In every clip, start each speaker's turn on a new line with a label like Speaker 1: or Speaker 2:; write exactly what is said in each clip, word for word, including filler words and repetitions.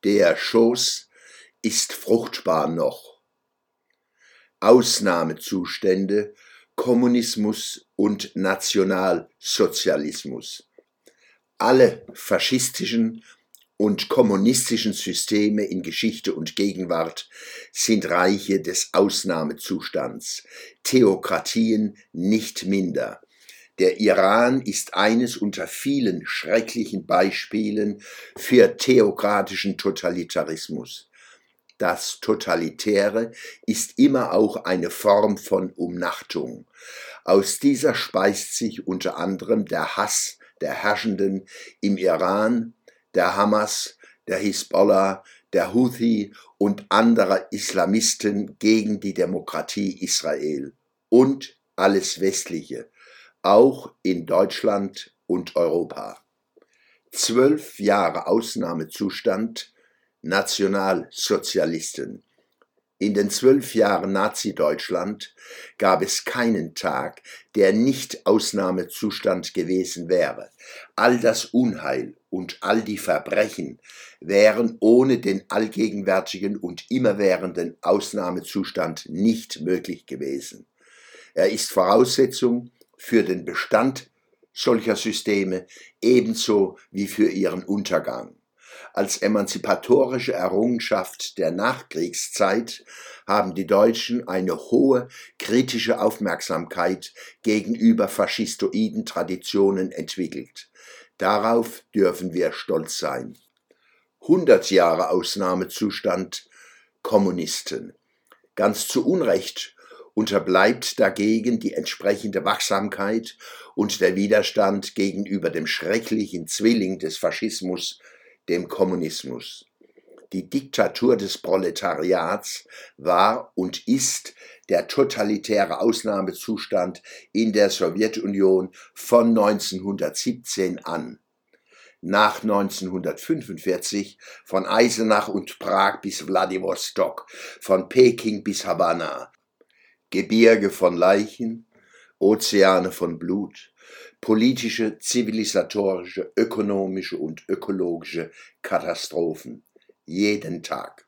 Speaker 1: Der Schoß ist fruchtbar noch. Ausnahmezustände, Kommunismus und Nationalsozialismus. Alle faschistischen und kommunistischen Systeme in Geschichte und Gegenwart sind Reiche des Ausnahmezustands, Theokratien nicht minder. Der Iran ist eines unter vielen schrecklichen Beispielen für theokratischen Totalitarismus. Das Totalitäre ist immer auch eine Form von Umnachtung. Aus dieser speist sich unter anderem der Hass der Herrschenden im Iran, der Hamas, der Hisbollah, der Houthi und anderer Islamisten gegen die Demokratie Israel und alles Westliche, auch in Deutschland und Europa. Zwölf Jahre Ausnahmezustand, Nationalsozialisten. In den zwölf Jahren Nazi-Deutschland gab es keinen Tag, der nicht Ausnahmezustand gewesen wäre. All das Unheil und all die Verbrechen wären ohne den allgegenwärtigen und immerwährenden Ausnahmezustand nicht möglich gewesen. Er ist Voraussetzung für den Bestand solcher Systeme ebenso wie für ihren Untergang. Als emanzipatorische Errungenschaft der Nachkriegszeit haben die Deutschen eine hohe kritische Aufmerksamkeit gegenüber faschistoiden Traditionen entwickelt. Darauf dürfen wir stolz sein. hundert Jahre Ausnahmezustand, Kommunisten. Ganz zu Unrecht unterbleibt dagegen die entsprechende Wachsamkeit und der Widerstand gegenüber dem schrecklichen Zwilling des Faschismus, dem Kommunismus. Die Diktatur des Proletariats war und ist der totalitäre Ausnahmezustand in der Sowjetunion von neunzehnhundertsiebzehn an. Nach neunzehnhundertfünfundvierzig von Eisenach und Prag bis Wladiwostok, von Peking bis Havanna. Gebirge von Leichen, Ozeane von Blut, politische, zivilisatorische, ökonomische und ökologische Katastrophen. Jeden Tag.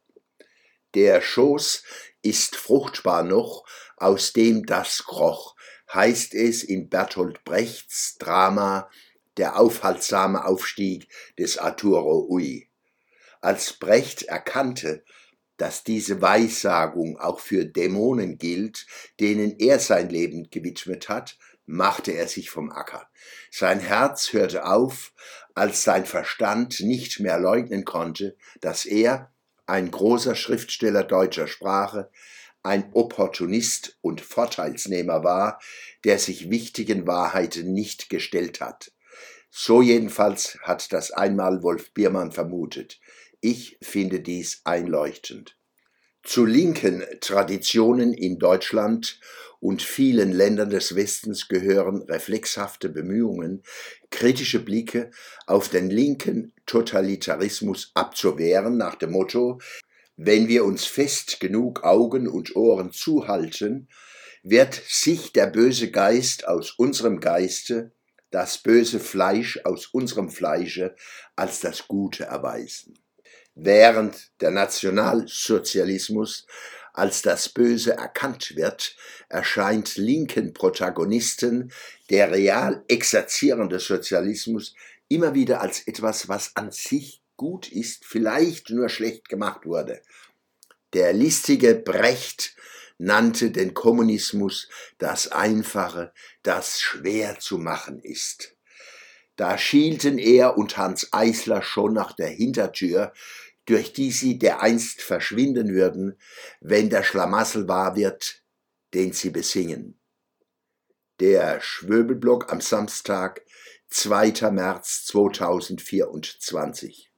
Speaker 1: Der Schoß ist fruchtbar noch, aus dem das kroch, heißt es in Bertolt Brechts Drama Der aufhaltsame Aufstieg des Arturo Ui. Als Brecht erkannte, dass diese Weissagung auch für Dämonen gilt, denen er sein Leben gewidmet hat, machte er sich vom Acker. Sein Herz hörte auf, als sein Verstand nicht mehr leugnen konnte, dass er, ein großer Schriftsteller deutscher Sprache, ein Opportunist und Vorteilsnehmer war, der sich wichtigen Wahrheiten nicht gestellt hat. So jedenfalls hat das einmal Wolf Biermann vermutet. Ich finde dies einleuchtend. Zu linken Traditionen in Deutschland und vielen Ländern des Westens gehören reflexhafte Bemühungen, kritische Blicke auf den linken Totalitarismus abzuwehren, nach dem Motto: Wenn wir uns fest genug Augen und Ohren zuhalten, wird sich der böse Geist aus unserem Geiste, das böse Fleisch aus unserem Fleische als das Gute erweisen. Während der Nationalsozialismus als das Böse erkannt wird, erscheint linken Protagonisten der real exerzierende Sozialismus immer wieder als etwas, was an sich gut ist, vielleicht nur schlecht gemacht wurde. Der listige Brecht nannte den Kommunismus das Einfache, das schwer zu machen ist. Da schielten er und Hans Eisler schon nach der Hintertür, durch die sie dereinst verschwinden würden, wenn der Schlamassel wahr wird, den sie besingen. Der Schwöbelblock am Samstag, zweiter März zweitausendvierundzwanzig.